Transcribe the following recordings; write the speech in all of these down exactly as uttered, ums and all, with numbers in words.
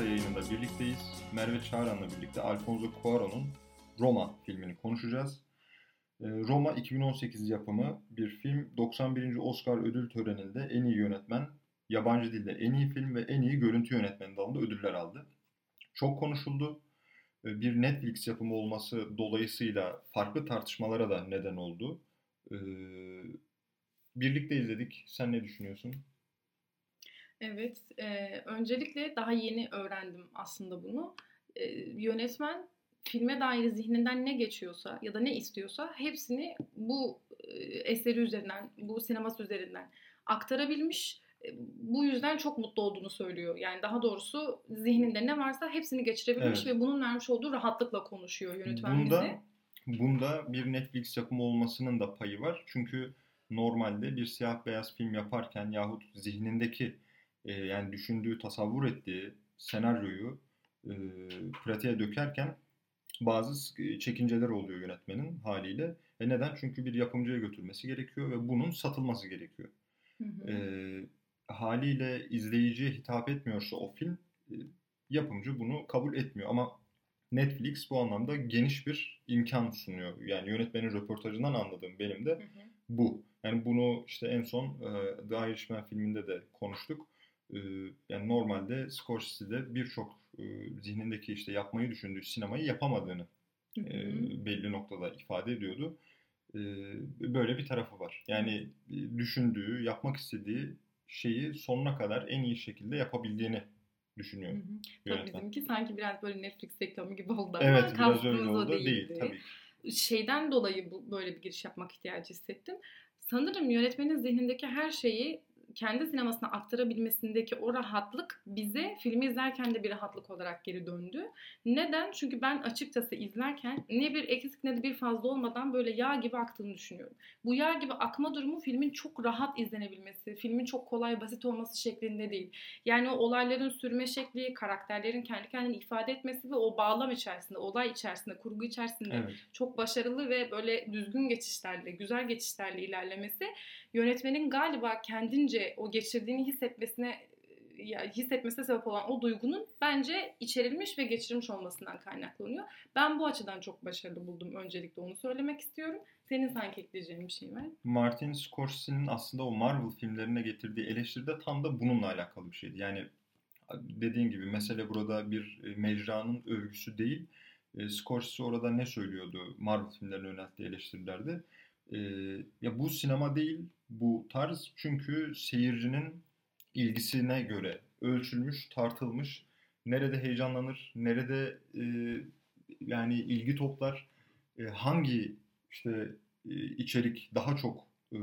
Kısa Yayını'nda birlikteyiz. Merve Çağran'la birlikte Alfonso Cuarón'un Roma filmini konuşacağız. Roma iki bin on sekiz yapımı bir film. doksan birinci Oscar ödül töreninde en iyi yönetmen, yabancı dilde en iyi film ve en iyi görüntü yönetmeni dalında ödüller aldı. Çok konuşuldu. Bir Netflix yapımı olması dolayısıyla farklı tartışmalara da neden oldu. Birlikte izledik. Sen ne düşünüyorsun? Evet, e, öncelikle daha yeni öğrendim aslında bunu. E, yönetmen filme dair zihninden ne geçiyorsa ya da ne istiyorsa hepsini bu e, eseri üzerinden, bu sineması üzerinden aktarabilmiş. E, bu yüzden çok mutlu olduğunu söylüyor. Yani daha doğrusu zihninde ne varsa hepsini geçirebilmiş Evet. ve bunun vermiş olduğu rahatlıkla konuşuyor yönetmen Bunda, bize. bunda bir Netflix yapımı olmasının da payı var. Çünkü normalde bir siyah beyaz film yaparken yahut zihnindeki e, yani düşündüğü, tasavvur ettiği senaryoyu e, pratiğe dökerken bazı e, çekinceler oluyor yönetmenin haliyle. E neden? Çünkü bir yapımcıya götürmesi gerekiyor ve bunun satılması gerekiyor. Hı hı. E, haliyle izleyiciye hitap etmiyorsa o film e, yapımcı bunu kabul etmiyor. Ama Netflix bu anlamda geniş bir imkan sunuyor. Yani yönetmenin röportajından anladığım benim de Hı hı. bu. Yani bunu işte en son e, The Irishman filminde de konuştuk. E, yani normalde Scorsese'de birçok e, zihnindeki işte yapmayı düşündüğü sinemayı yapamadığını Hı e, hı. belli noktada ifade ediyordu. E, böyle bir tarafı var. Yani e, düşündüğü, yapmak istediği şeyi sonuna kadar en iyi şekilde yapabildiğini düşünüyor Hı hı. Tabii yönetmen. bizimki sanki biraz böyle Netflix reklamı gibi oldu ama Evet, biraz öyle kastımız o oldu. Değil değildi. tabii ki. Şeyden dolayı bu, böyle bir giriş yapmak ihtiyacı hissettim. Sanırım yönetmenin zihnindeki her şeyi kendi sinemasına aktarabilmesindeki o rahatlık bize filmi izlerken de bir rahatlık olarak geri döndü. Neden? Çünkü ben açıkçası izlerken ne bir eksik ne de bir fazla olmadan böyle yağ gibi aktığını düşünüyorum. Bu yağ gibi akma durumu filmin çok rahat izlenebilmesi, filmin çok kolay basit olması şeklinde değil. Yani o olayların sürme şekli, karakterlerin kendi kendini ifade etmesi ve o bağlam içerisinde, olay içerisinde, kurgu içerisinde Evet. çok başarılı ve böyle düzgün geçişlerle, güzel geçişlerle ilerlemesi yönetmenin galiba kendince o geçirdiğini hissetmesine ya hissetmesine sebep olan o duygunun bence içerilmiş ve geçirilmiş olmasından kaynaklanıyor. Ben bu açıdan çok başarılı buldum. Öncelikle onu söylemek istiyorum. Senin sanki ekleyeceğin bir şey var. Martin Scorsese'nin aslında o Marvel filmlerine getirdiği eleştiri de tam da bununla alakalı bir şeydi. Yani dediğin gibi mesele burada bir e, mecranın övgüsü değil. E, Scorsese orada ne söylüyordu Marvel filmlerine yönelttiği eleştirilerde? E, ya bu sinema değil, bu tarz çünkü seyircinin ilgisine göre ölçülmüş, tartılmış. Nerede heyecanlanır, nerede e, yani ilgi toplar, e, hangi işte e, içerik daha çok e,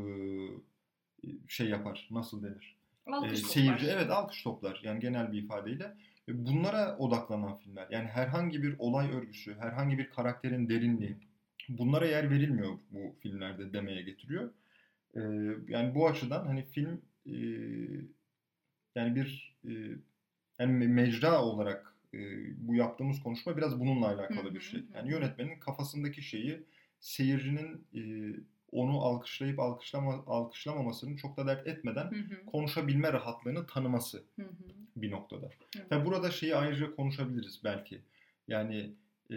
şey yapar, nasıl denir? E, Alkış seyirci, toplar. evet alkış toplar yani genel bir ifadeyle. E, bunlara odaklanan filmler. Yani herhangi bir olay örgüsü, herhangi bir karakterin derinliği, bunlara yer verilmiyor bu filmlerde demeye getiriyor. E, yani bu açıdan hani film e, yani bir e, yani mecra olarak e, bu yaptığımız konuşma biraz bununla Hı alakalı hı, bir şey. hı Yani hı. yönetmenin kafasındaki şeyi seyircinin e, onu alkışlayıp alkışlama, alkışlamamasını çok da dert etmeden Hı hı, konuşabilme rahatlığını tanıması hı hı. bir noktada. Evet. Ve burada şeyi ayrıca konuşabiliriz belki. Yani e,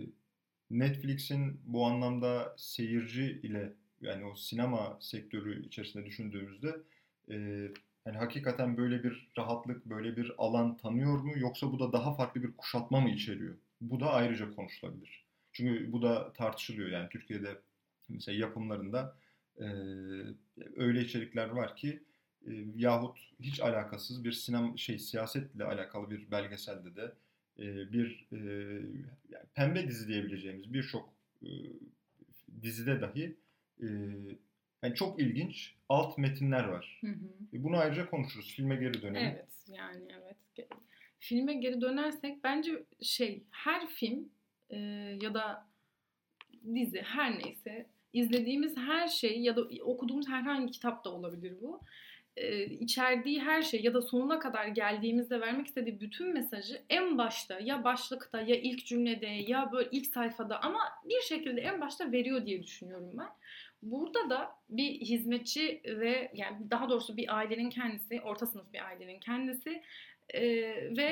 Netflix'in bu anlamda seyirci ile yani o sinema sektörü içerisinde düşündüğümüzde e, yani hakikaten böyle bir rahatlık, böyle bir alan tanıyor mu yoksa bu da daha farklı bir kuşatma mı içeriyor? Bu da ayrıca konuşulabilir. Çünkü bu da tartışılıyor yani Türkiye'de mesela yapımlarında e, öyle içerikler var ki e, yahut hiç alakasız bir sinema şey siyasetle alakalı bir belgeselde de e, bir e, yani pembe dizi diyebileceğimiz birçok e, dizide dahi e, yani çok ilginç alt metinler var. Hı hı. E, bunu ayrıca konuşuruz. Filme geri dönelim. Evet yani evet. Filme geri dönersek bence şey her film e, ya da dizi her neyse izlediğimiz her şey ya da okuduğumuz herhangi kitap da olabilir bu. Ee, içerdiği her şey ya da sonuna kadar geldiğimizde vermek istediği bütün mesajı en başta ya başlıkta ya ilk cümlede ya böyle ilk sayfada ama bir şekilde en başta veriyor diye düşünüyorum ben. Burada da bir hizmetçi ve yani daha doğrusu bir ailenin kendisi, orta sınıf bir ailenin kendisi e, ve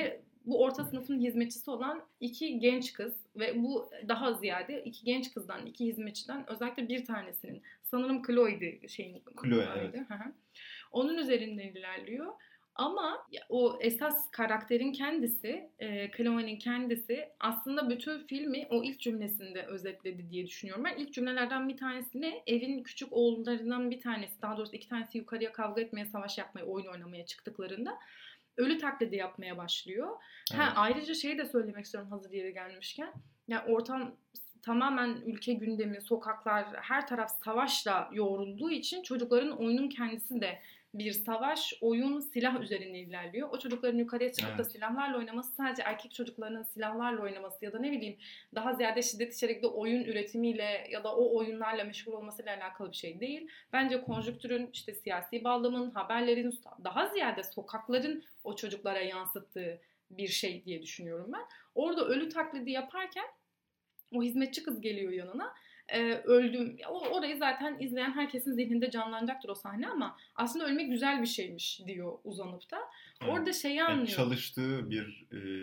bu orta sınıfın hizmetçisi olan iki genç kız ve bu daha ziyade iki genç kızdan, iki hizmetçiden özellikle bir tanesinin, sanırım Chloe'ydi şeyin. Chloe, evet. Onun üzerinden ilerliyor. Ama o esas karakterin kendisi, e, Chloe'nin kendisi aslında bütün filmi o ilk cümlesinde özetledi diye düşünüyorum. Ben ilk cümlelerden bir tanesi ne? Evin küçük oğullarından bir tanesi, daha doğrusu iki tanesi yukarıya kavga etmeye, savaş yapmaya, oyun oynamaya çıktıklarında ölü taklidi yapmaya başlıyor. Evet. Ha, ayrıca şeyi de söylemek istiyorum hazır yeri gelmişken. Yani ortam tamamen ülke gündemi, sokaklar, her taraf savaşla yoğrulduğu için çocukların oyunun kendisi de bir savaş, oyun, silah üzerine ilerliyor. O çocukların yukarıya çıkıp evet. da silahlarla oynaması sadece erkek çocuklarının silahlarla oynaması ya da ne bileyim daha ziyade şiddet içerikli oyun üretimiyle ya da o oyunlarla meşgul olmasıyla alakalı bir şey değil. Bence konjüktürün, işte siyasi bağlamın, haberlerin, daha ziyade sokakların o çocuklara yansıttığı bir şey diye düşünüyorum ben. Orada ölü taklidi yaparken o hizmetçi kız geliyor yanına. Ee, öldüm. O, orayı zaten izleyen herkesin zihninde canlanacaktır o sahne ama aslında ölmek güzel bir şeymiş diyor uzanıp da. Evet. Orada şeyi anlıyor. Yani çalıştığı bir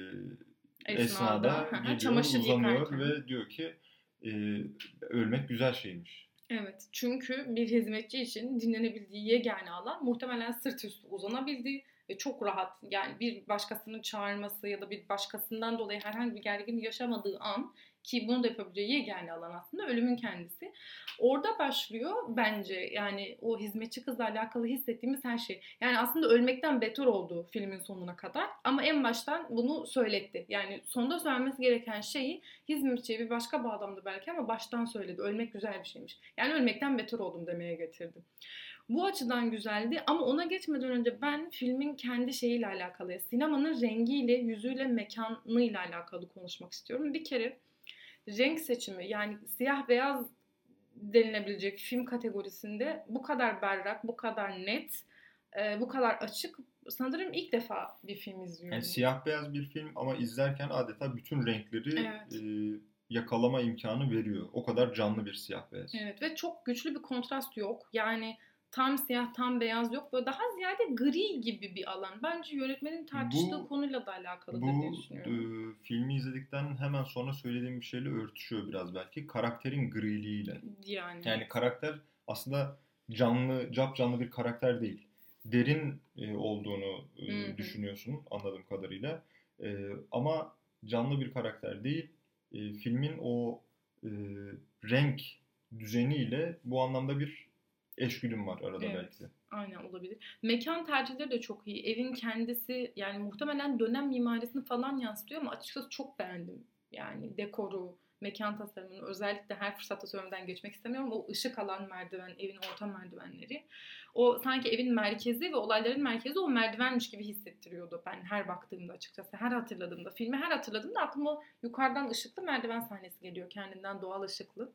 e, esnada, esnada geliyor, çamaşır uzanıyor yıkarken. Ve diyor ki e, ölmek güzel şeymiş. Evet. Çünkü bir hizmetçi için dinlenebildiği yegane alan muhtemelen sırt üstü uzanabildiği ve çok rahat, yani bir başkasının çağırması ya da bir başkasından dolayı herhangi bir gerginlik yaşamadığı an, ki bunu da yapabileceği yegane alan aslında ölümün kendisi. Orada başlıyor bence yani o hizmetçi kızla alakalı hissettiğimiz her şey. Yani aslında ölmekten beter oldu filmin sonuna kadar ama en baştan bunu söyletti. Yani sonda söylemesi gereken şeyi hizmetçiye bir başka bağlamda belki ama baştan söyledi. Ölmek güzel bir şeymiş. Yani ölmekten beter oldum demeye getirdi. Bu açıdan güzeldi ama ona geçmeden önce ben filmin kendi şeyiyle alakalı, sinemanın rengiyle, yüzüyle, mekanıyla alakalı konuşmak istiyorum. Bir kere renk seçimi, yani siyah beyaz denilebilecek film kategorisinde bu kadar berrak, bu kadar net, bu kadar açık sanırım ilk defa bir film izliyorum. Yani siyah beyaz bir film ama izlerken adeta bütün renkleri evet. e, yakalama imkanı veriyor. O kadar canlı bir siyah beyaz. Evet ve çok güçlü bir kontrast yok. Yani tam siyah tam beyaz yok. Böyle daha ziyade gri gibi bir alan. Bence yönetmenin tartıştığı bu, konuyla da alakalı diye düşünüyorum. Bu filmi izledikten hemen sonra söylediğim bir şeyle örtüşüyor biraz belki. Karakterin griliğiyle. Yani. Yani karakter aslında canlı, cap canlı bir karakter değil. Derin e, olduğunu e, düşünüyorsun anladığım kadarıyla. E, ama canlı bir karakter değil. E, filmin o e, renk düzeniyle bu anlamda bir eşgüdüm var arada evet, belki de. Aynen olabilir. Mekan tercihleri de çok iyi. Evin kendisi yani muhtemelen dönem mimarisini falan yansıtıyor ama açıkçası çok beğendim. Yani dekoru, mekan tasarımını özellikle her fırsatta söylemeden geçmek istemiyorum. O ışık alan merdiven, evin orta merdivenleri. O sanki evin merkezi ve olayların merkezi o merdivenmiş gibi hissettiriyordu ben her baktığımda açıkçası. Her hatırladığımda, filmi her hatırladığımda aklıma yukarıdan ışıklı merdiven sahnesi geliyor. Kendinden doğal ışıklı.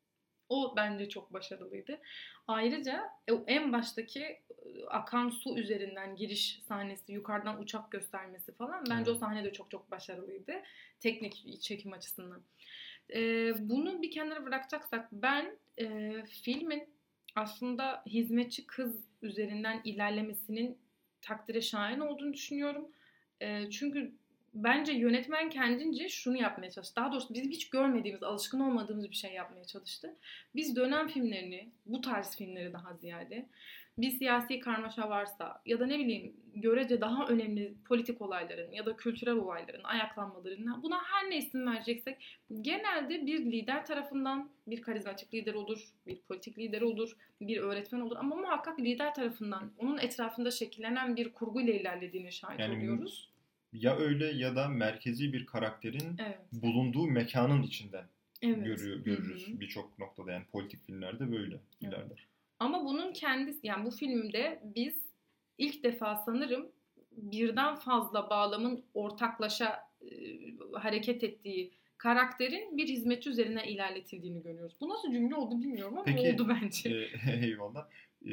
O bence çok başarılıydı. Ayrıca en baştaki akan su üzerinden giriş sahnesi, yukarıdan uçak göstermesi falan bence hmm. o sahne de çok çok başarılıydı. Teknik çekim açısından. Ee, bunu bir kenara bırakacaksak ben e, filmin aslında hizmetçi kız üzerinden ilerlemesinin takdire şayan olduğunu düşünüyorum. E, çünkü bence yönetmen kendince şunu yapmaya çalıştı. Daha doğrusu bizim hiç görmediğimiz, alışkın olmadığımız bir şey yapmaya çalıştı. Biz dönem filmlerini, bu tarz filmleri daha ziyade bir siyasi karmaşa varsa ya da ne bileyim görece daha önemli politik olayların ya da kültürel olayların, ayaklanmaların, buna her ne isim vereceksek genelde bir lider tarafından, bir karizmatik lider olur, bir politik lider olur, bir öğretmen olur ama muhakkak lider tarafından onun etrafında şekillenen bir kurguyla ilerlediğini şahit yani oluyoruz. Ya öyle ya da merkezi bir karakterin evet. bulunduğu mekanın içinden evet. görüyor, görürüz birçok noktada. Yani politik filmlerde böyle evet. ilerler. Ama bunun kendisi, yani bu filmde biz ilk defa sanırım birden fazla bağlamın ortaklaşa e, hareket ettiği karakterin bir hizmetçi üzerine ilerletildiğini görüyoruz. Bu nasıl cümle oldu bilmiyorum ama Peki, oldu bence. E, eyvallah. E,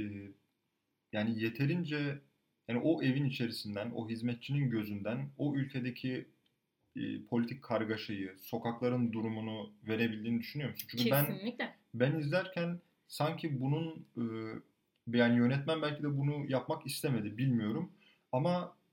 yani yeterince... Yani o evin içerisinden, o hizmetçinin gözünden, o ülkedeki e, politik kargaşayı, sokakların durumunu verebildiğini düşünüyor musun? Çünkü Kesinlikle. ben ben izlerken sanki bunun e, yani yönetmen belki de bunu yapmak istemedi, bilmiyorum. Ama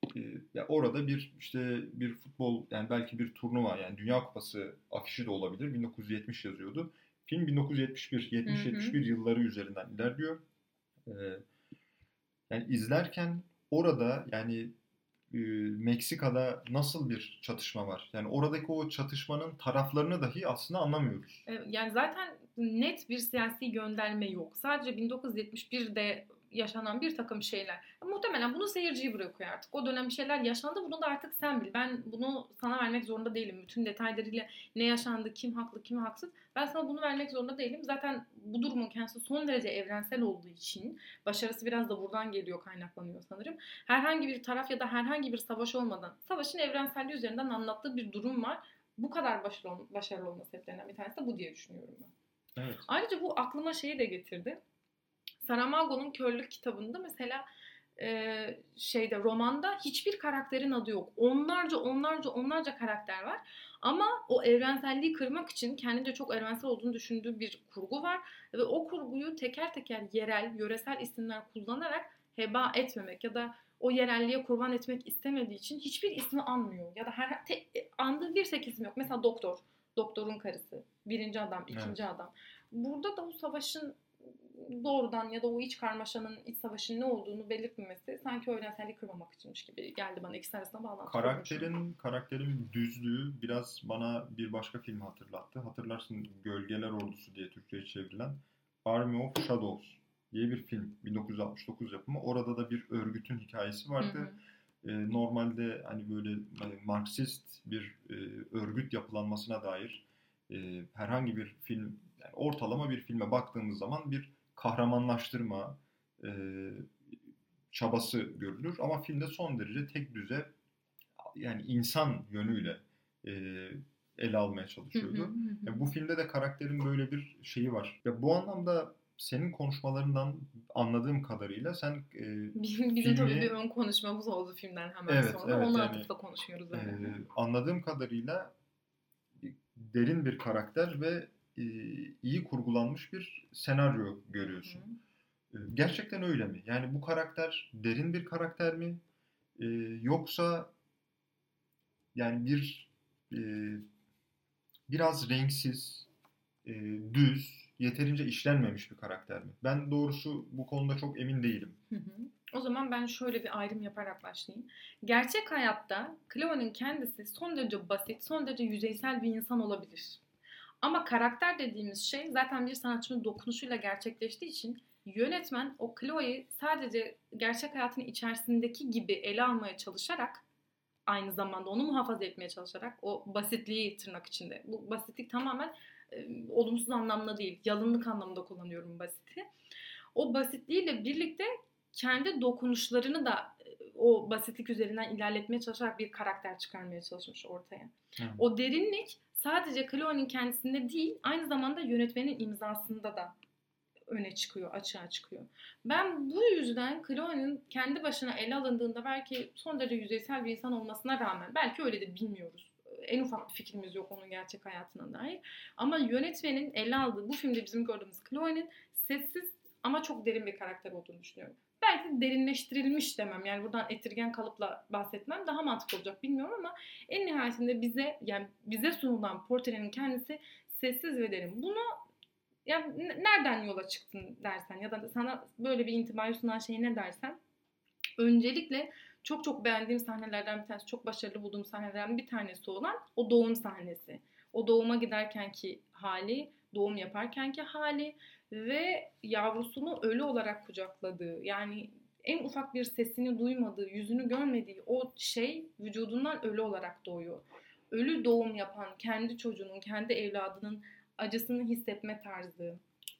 e, ya orada bir işte bir futbol, yani belki bir turnuva, yani Dünya Kupası afişi de olabilir. bin dokuz yüz yetmiş yazıyordu. Film bin dokuz yüz yetmiş bir, Hı hı. yetmiş yetmiş bir yılları üzerinden ilerliyor. E, Yani izlerken orada, yani e, Meksika'da nasıl bir çatışma var? Yani oradaki o çatışmanın taraflarını dahi aslında anlamıyoruz. E, Yani zaten net bir siyasi gönderme yok. Sadece bin dokuz yüz yetmiş birde yaşanan bir takım şeyler. Muhtemelen bunu seyirciyi bırakıyor artık. O dönem bir şeyler yaşandı. Bunu da artık sen bil. Ben bunu sana vermek zorunda değilim. Bütün detaylarıyla ne yaşandı, kim haklı, kim haksız. Ben sana bunu vermek zorunda değilim. Zaten bu durumun kendisi son derece evrensel olduğu için başarısı biraz da buradan geliyor, kaynaklanıyor sanırım. Herhangi bir taraf ya da herhangi bir savaş olmadan savaşın evrenselliği üzerinden anlattığı bir durum var. Bu kadar başarılı, başarılı olma sebeplerinden bir tanesi de bu diye düşünüyorum ben. Evet. Ayrıca bu aklıma şeyi de getirdi. Saramago'nun Körlük kitabında mesela e, şeyde, romanda hiçbir karakterin adı yok. Onlarca onlarca onlarca karakter var. Ama o evrenselliği kırmak için kendince çok evrensel olduğunu düşündüğü bir kurgu var. Ve o kurguyu teker teker yerel, yöresel isimler kullanarak heba etmemek ya da o yerelliğe kurban etmek istemediği için hiçbir ismi anmıyor. Ya da her te, andığı bir tek isim yok. Mesela doktor, doktorun karısı, birinci adam, ikinci Evet. adam. Burada da o savaşın doğrudan ya da o iç karmaşanın, iç savaşın ne olduğunu belirtmemesi sanki o evrenselliği kırmamak içinmiş gibi geldi bana. İkisi arasında bağlantı kurmuşum. Karakterin karakterin düzlüğü biraz bana bir başka filmi hatırlattı. Hatırlarsın, Gölgeler Ordusu diye Türkçe'ye çevrilen Army of Shadows diye bir film. bin dokuz yüz altmış dokuz yapımı. Orada da bir örgütün hikayesi Hı vardı. hı. Ee, normalde hani böyle e, Marksist bir e, örgüt yapılanmasına dair e, herhangi bir film, yani ortalama bir filme baktığımız zaman bir kahramanlaştırma e, çabası görülür. Ama filmde son derece tek düze, yani insan yönüyle e, ele almaya Hı hı, çalışıyordu. hı hı. Ya bu filmde de karakterin böyle bir şeyi var. Ya bu anlamda senin konuşmalarından anladığım kadarıyla sen e, Bizim tabii bir filmi, ön konuşmamız oldu filmden hemen evet sonra. evet Ona yani atıfla konuşuyoruz e, öyle. anladığım kadarıyla derin bir karakter ve e, iyi kurgulanmış bir senaryo Hı görüyorsun. hı. E, gerçekten öyle mi? Yani bu karakter derin bir karakter mi? E, Yoksa yani bir e, biraz renksiz, e, düz, yeterince işlenmemiş bir karakter mi? Ben doğrusu bu konuda çok emin değilim. Hı hı. O zaman ben şöyle bir ayrım yaparak başlayayım. Gerçek hayatta Chloe'nin kendisi son derece basit, son derece yüzeysel bir insan olabilir. Ama karakter dediğimiz şey zaten bir sanatçının dokunuşuyla gerçekleştiği için yönetmen o Chloe'yi sadece gerçek hayatın içerisindeki gibi ele almaya çalışarak, aynı zamanda onu muhafaza etmeye çalışarak, o basitliği tırnak içinde. Bu basitlik tamamen e, olumsuz anlamda değil, yalınlık anlamında kullanıyorum basiti. O basitliğiyle birlikte kendi dokunuşlarını da e, o basitlik üzerinden ilerletmeye çalışarak bir karakter çıkarmaya çalışmış ortaya. Hı. O derinlik sadece Chloe'nin kendisinde değil, aynı zamanda yönetmenin imzasında da öne çıkıyor, açığa çıkıyor. Ben bu yüzden Chloe'nin kendi başına ele alındığında belki son derece yüzeysel bir insan olmasına rağmen, belki öyledir, bilmiyoruz. En ufak bir fikrimiz yok onun gerçek hayatına dair. Ama yönetmenin ele aldığı, bu filmde bizim gördüğümüz Chloe'nin sessiz ama çok derin bir karakter olduğunu düşünüyorum. Belki derinleştirilmiş demem, yani buradan etirgen kalıpla bahsetmem daha mantıklı olacak bilmiyorum ama en nihayetinde bize, yani bize sunulan portrenin kendisi sessiz ve derin. Bunu yani nereden yola çıktın dersen ya da sana böyle bir intibayı sunan şey ne dersen, öncelikle çok çok beğendiğim sahnelerden bir tanesi, çok başarılı bulduğum sahnelerden bir tanesi olan o doğum sahnesi. O doğuma giderkenki hali, doğum yaparkenki hali ve yavrusunu ölü olarak kucakladığı, yani en ufak bir sesini duymadığı, yüzünü görmediği o şey vücudundan ölü olarak doğuyor. Ölü doğum yapan kendi çocuğunun, kendi evladının acısını hissetme tarzı.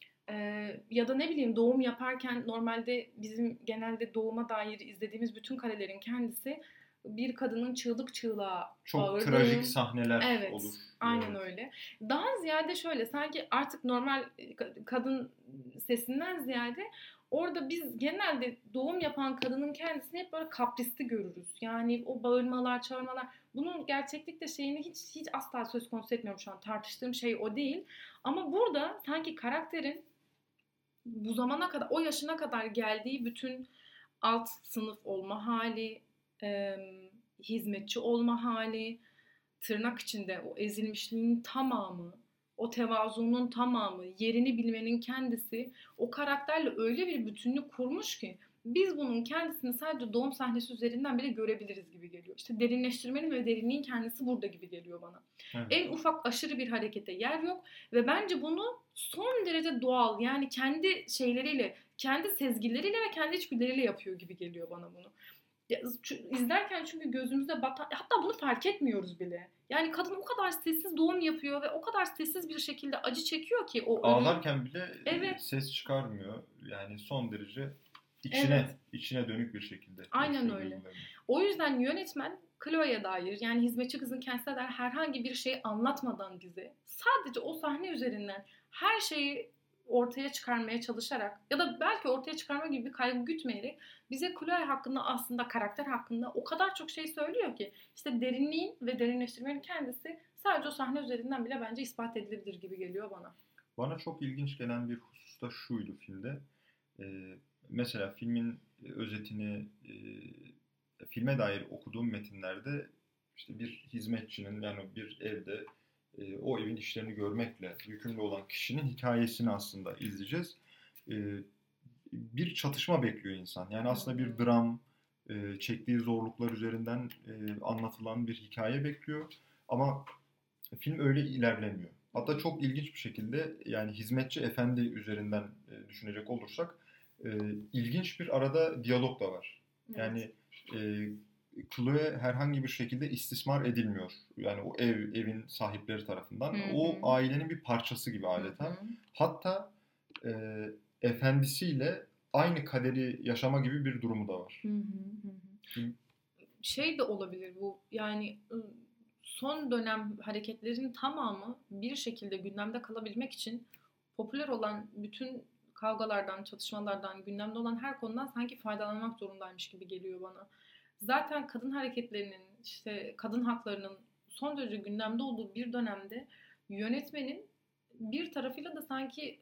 Ee, ya da ne bileyim, doğum yaparken normalde bizim genelde doğuma dair izlediğimiz bütün karelerin kendisi bir kadının çığlık çığlığa Çok bağırdığı. trajik sahneler Evet, olur. aynen Evet. öyle. Daha ziyade şöyle, sanki artık normal kadın sesinden ziyade orada biz genelde doğum yapan kadının kendisini hep böyle kaprisli görürüz. Yani o bağırmalar, çağırmalar, bunun gerçeklikte şeyini hiç hiç asla söz konusu etmiyorum şu an. Tartıştığım şey o değil. Ama burada sanki karakterin bu zamana kadar, o yaşına kadar geldiği bütün alt sınıf olma hali, e, hizmetçi olma hali, tırnak içinde o ezilmişliğin tamamı, o tevazunun tamamı, yerini bilmenin kendisi o karakterle öyle bir bütünlük kurmuş ki biz bunun kendisini sadece doğum sahnesi üzerinden bile görebiliriz gibi geliyor. İşte derinleştirmenin ve derinliğin kendisi burada gibi geliyor bana. Evet. En ufak aşırı bir harekete yer yok ve bence bunu son derece doğal, yani kendi şeyleriyle, kendi sezgileriyle ve kendi içgüdüleriyle yapıyor gibi geliyor bana bunu. Ya, izlerken çünkü gözümüzde batan, hatta bunu fark etmiyoruz bile. Yani kadın o kadar sessiz doğum yapıyor ve o kadar sessiz bir şekilde acı çekiyor ki o ağlarken bile evet. ses çıkarmıyor. Yani son derece içine evet. içine dönük bir şekilde. Aynen öyle. O yüzden yönetmen Chloe'ye dair, yani hizmetçi kızın kendisine dair herhangi bir şey anlatmadan bize sadece o sahne üzerinden her şeyi ortaya çıkarmaya çalışarak ya da belki ortaya çıkarma gibi bir kaygı gütmeyerek bize Chloe hakkında, aslında karakter hakkında o kadar çok şey söylüyor ki işte derinliğin ve derinleştirmenin kendisi sadece o sahne üzerinden bile bence ispat edilebilir gibi geliyor bana. Bana çok ilginç gelen bir husus da şuydu filmde. Ee, mesela filmin özetini e, filme dair okuduğum metinlerde işte bir hizmetçinin, yani bir evde e, o evin işlerini görmekle yükümlü olan kişinin hikayesini aslında izleyeceğiz. E, bir çatışma bekliyor insan. Yani aslında bir dram, e, çektiği zorluklar üzerinden e, anlatılan bir hikaye bekliyor. Ama film öyle ilerlemiyor. Hatta çok ilginç bir şekilde, yani hizmetçi efendi üzerinden e, düşünecek olursak e, ilginç bir arada diyalog da var. Evet. Yani e, Chloe herhangi bir şekilde istismar edilmiyor. Yani o ev, evin sahipleri tarafından. Hı-hı. O ailenin bir parçası gibi adeta. Hı-hı. Hatta e, efendisiyle aynı kaderi yaşama gibi bir durumu da var. Hı hı hı. Şey de olabilir bu, yani son dönem hareketlerin tamamı bir şekilde gündemde kalabilmek için popüler olan bütün kavgalardan, çatışmalardan, gündemde olan her konudan sanki faydalanmak zorundaymış gibi geliyor bana. Zaten kadın hareketlerinin, işte kadın haklarının son derece gündemde olduğu bir dönemde yönetmenin bir tarafıyla da sanki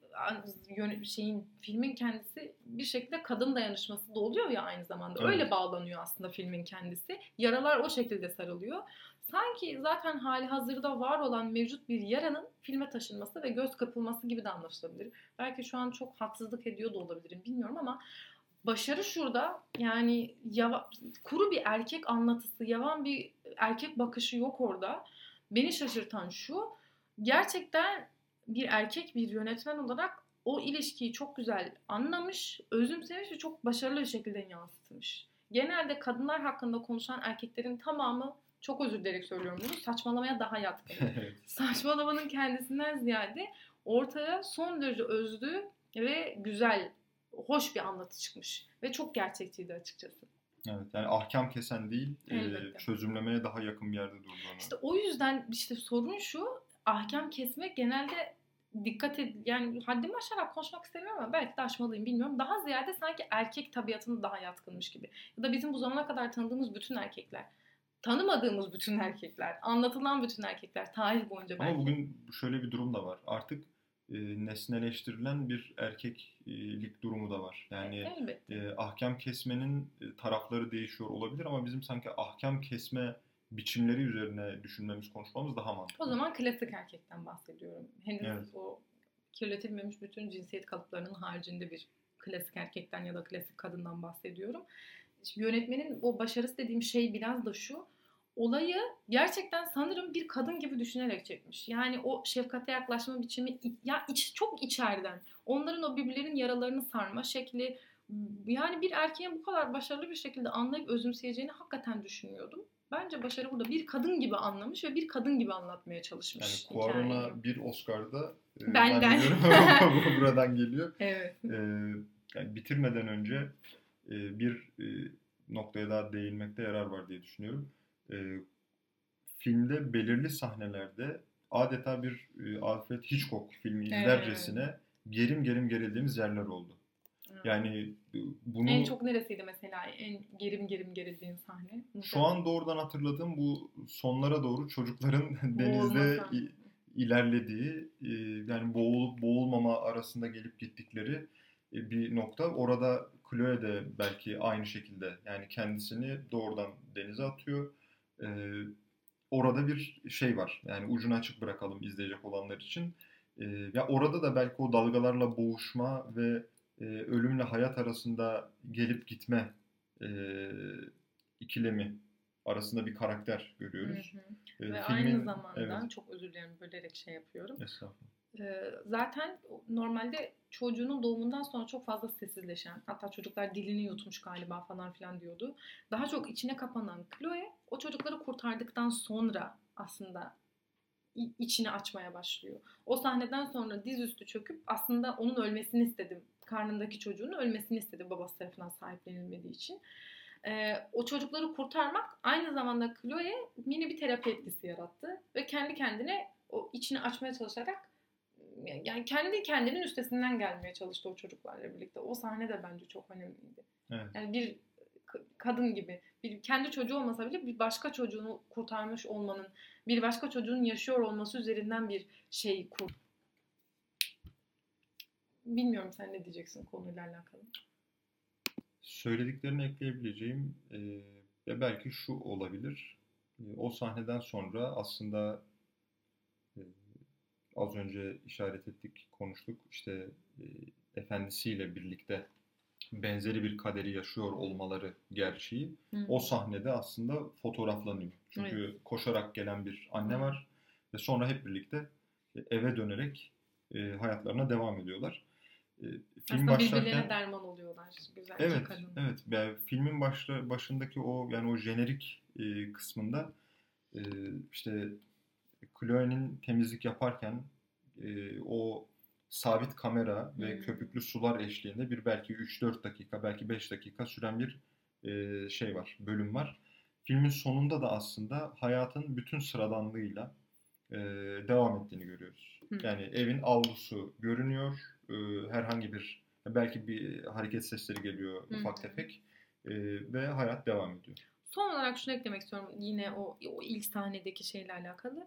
şeyin, filmin kendisi bir şekilde kadın dayanışması da oluyor ya aynı zamanda. Evet. Öyle bağlanıyor aslında filmin kendisi. Yaralar o şekilde sarılıyor. Sanki zaten hali hazırda var olan mevcut bir yaranın filme taşınması ve göz kırpılması gibi de anlaşılabilir. Belki şu an çok haksızlık ediyor da olabilirim, bilmiyorum ama başarı şurada. Yani yava, kuru bir erkek anlatısı, yavan bir erkek bakışı yok orada. Beni şaşırtan şu, gerçekten bir erkek bir yönetmen olarak o ilişkiyi çok güzel anlamış, özümsemiş ve çok başarılı bir şekilde yansıtmış. Genelde kadınlar hakkında konuşan erkeklerin tamamı, çok özür dilerim söylüyorum bunu, saçmalamaya daha yatkın. Saçmalamanın kendisinden ziyade ortaya son derece özlü ve güzel, hoş bir anlatı çıkmış. Ve çok gerçekçiydi açıkçası. Evet, yani ahkam kesen değil, e, çözümlemeye daha yakın bir yerde durduğunu. İşte o yüzden işte sorun şu, ahkam kesmek genelde dikkat et, yani haddimi aşarak konuşmak istemiyorum ama belki de aşmalıyım, bilmiyorum. Daha ziyade sanki erkek tabiatına daha yatkınmış gibi. Ya da bizim bu zamana kadar tanıdığımız bütün erkekler, tanımadığımız bütün erkekler, anlatılan bütün erkekler tarih boyunca belki. Ama bugün şöyle bir durum da var. Artık e, nesneleştirilen bir erkeklik durumu da var. Yani e, ahkam kesmenin e, tarafları değişiyor olabilir ama bizim sanki ahkam kesme biçimleri üzerine düşünmemiz, konuşmamız daha mantıklı. O zaman klasik erkekten bahsediyorum. Henüz evet. O kirletilmemiş bütün cinsiyet kalıplarının haricinde bir klasik erkekten ya da klasik kadından bahsediyorum. Şimdi yönetmenin o başarısı dediğim şey biraz da şu. Olayı gerçekten sanırım bir kadın gibi düşünerek çekmiş. Yani o şefkate yaklaşma biçimi ya iç, çok içeriden. Onların o birbirlerinin yaralarını sarma şekli. Yani bir erkeğin bu kadar başarılı bir şekilde anlayıp özümseyeceğini hakikaten düşünmüyordum. Bence başarı burada. Bir kadın gibi anlamış ve bir kadın gibi anlatmaya çalışmış. Yani Cuarón'a bir Oscar'da e, benden buradan geliyor. Evet. E, yani bitirmeden önce e, bir e, noktaya daha değinmekte yarar var diye düşünüyorum. E, filmde belirli sahnelerde adeta bir e, Alfred Hitchcock filmi izlercesine evet. gerim gerim gerildiğimiz yerler oldu. Yani bunu... En çok neresiydi mesela? En gerim gerim gerildiğin sahne? Şu an doğrudan hatırladığım bu sonlara doğru çocukların denizde i- ilerlediği, yani boğulup boğulmama arasında gelip gittikleri bir nokta. Orada Chloe de belki aynı şekilde yani kendisini doğrudan denize atıyor. E, orada bir şey var. Yani ucunu açık bırakalım izleyecek olanlar için. E, ya orada da belki o dalgalarla boğuşma ve e, ölümle hayat arasında gelip gitme e, ikilemi arasında bir karakter Hı görüyoruz. hı. E, Ve aynı filmin evet. zamanda çok özür dilerim bölerek şey yapıyorum. Estağfurullah. Ee, zaten normalde çocuğunun doğumundan sonra çok fazla sessizleşen, hatta çocuklar dilini yutmuş galiba falan filan diyordu. Daha çok içine kapanan Chloe o çocukları kurtardıktan sonra aslında i- içini açmaya başlıyor. O sahneden sonra dizüstü çöküp aslında onun ölmesini istedim. Karnındaki çocuğun ölmesini istedi babası tarafından sahiplenilmediği için. Ee, o çocukları kurtarmak aynı zamanda Chloe mini bir terapi etkisi yarattı ve kendi kendine o içini açmaya çalışarak yani kendi kendinin üstesinden gelmeye çalıştı o çocuklarla birlikte. O sahne de bence çok önemliydi. Evet. Yani bir kadın gibi bir kendi çocuğu olmasa bile bir başka çocuğunu kurtarmış olmanın, bir başka çocuğun yaşıyor olması üzerinden bir şey kur. Bilmiyorum sen ne diyeceksin konuyla alakalı. Söylediklerini ekleyebileceğim e, ve belki şu olabilir. E, o sahneden sonra aslında e, az önce işaret ettik, konuştuk. İşte e, efendisiyle birlikte benzeri bir kaderi yaşıyor olmaları gerçeği. Hı. O sahnede aslında fotoğraflanıyor. Çünkü Evet. koşarak gelen bir anne var ve sonra hep birlikte eve dönerek e, hayatlarına devam ediyorlar. E, film aslında başlarken birbirlerine derman oluyorlar. Güzel evet, iki kadın. evet. Yani filmin başla, başındaki o yani o jenerik e, kısmında e, işte Chloe'nin temizlik yaparken e, o sabit kamera ve Hmm. köpüklü sular eşliğinde bir belki üç dört dakika belki beş dakika süren bir e, şey var, bölüm var. Filmin sonunda da aslında hayatın bütün sıradanlığıyla e, devam ettiğini görüyoruz. Hmm. Yani evin avlusu görünüyor. E, herhangi bir belki bir hareket sesleri geliyor ufak Hmm. tefek e, ve hayat devam ediyor. Son olarak şunu eklemek istiyorum yine o, o ilk sahnedeki şeyle alakalı.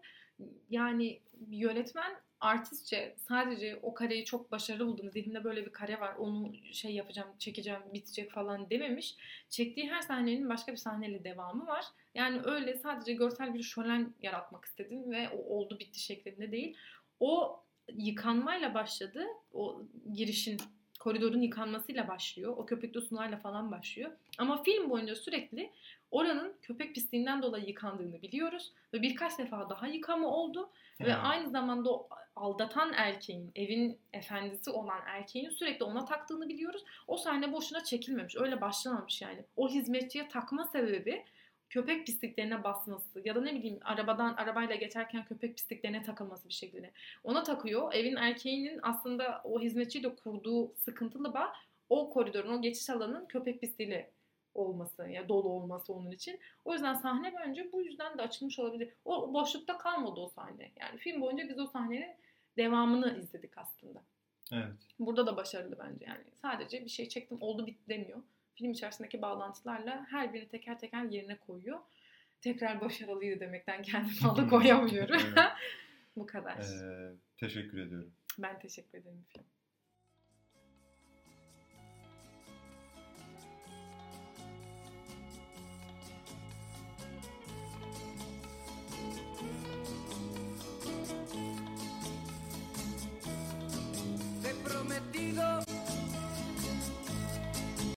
Yani yönetmen artistçe sadece o kareyi çok başarılı buldum. Zihnimde böyle bir kare var. Onu şey yapacağım, çekeceğim, bitecek falan dememiş. Çektiği her sahnenin başka bir sahneyle devamı var. Yani öyle sadece görsel bir şölen yaratmak istedim ve o oldu bitti şeklinde değil. O yıkanmayla başladı. O girişin koridorun yıkanmasıyla başlıyor. O köpüklü sularla falan başlıyor. Ama film boyunca sürekli oranın köpek pisliğinden dolayı yıkandığını biliyoruz. Ve birkaç defa daha yıkama oldu. Evet. Ve aynı zamanda o aldatan erkeğin, evin efendisi olan erkeğin sürekli ona taktığını biliyoruz. O sahne boşuna çekilmemiş. Öyle başlamamış yani. O hizmetçiye takma sebebi köpek pisliklerine basması ya da ne bileyim arabadan arabayla geçerken köpek pisliklerine takılması bir şekilde. Ona takıyor. Evin erkeğinin aslında o hizmetçiyle kurduğu sıkıntılı bağ o koridorun, o geçiş alanının köpek pisliğiyle olması, ya yani dolu olması onun için. O yüzden sahne bence bu yüzden de açılmış olabilir. O boşlukta kalmadı o sahne. Yani film boyunca biz o sahnenin devamını izledik aslında. Evet. Burada da başarılı bence yani. Sadece bir şey çektim oldu bitti demiyor. Film içerisindeki bağlantılarla her birini teker teker yerine koyuyor. Tekrar başarılıydı demekten kendimi alıkoyamıyorum. Evet. Bu kadar. Ee, teşekkür ediyorum. Ben teşekkür ederim film.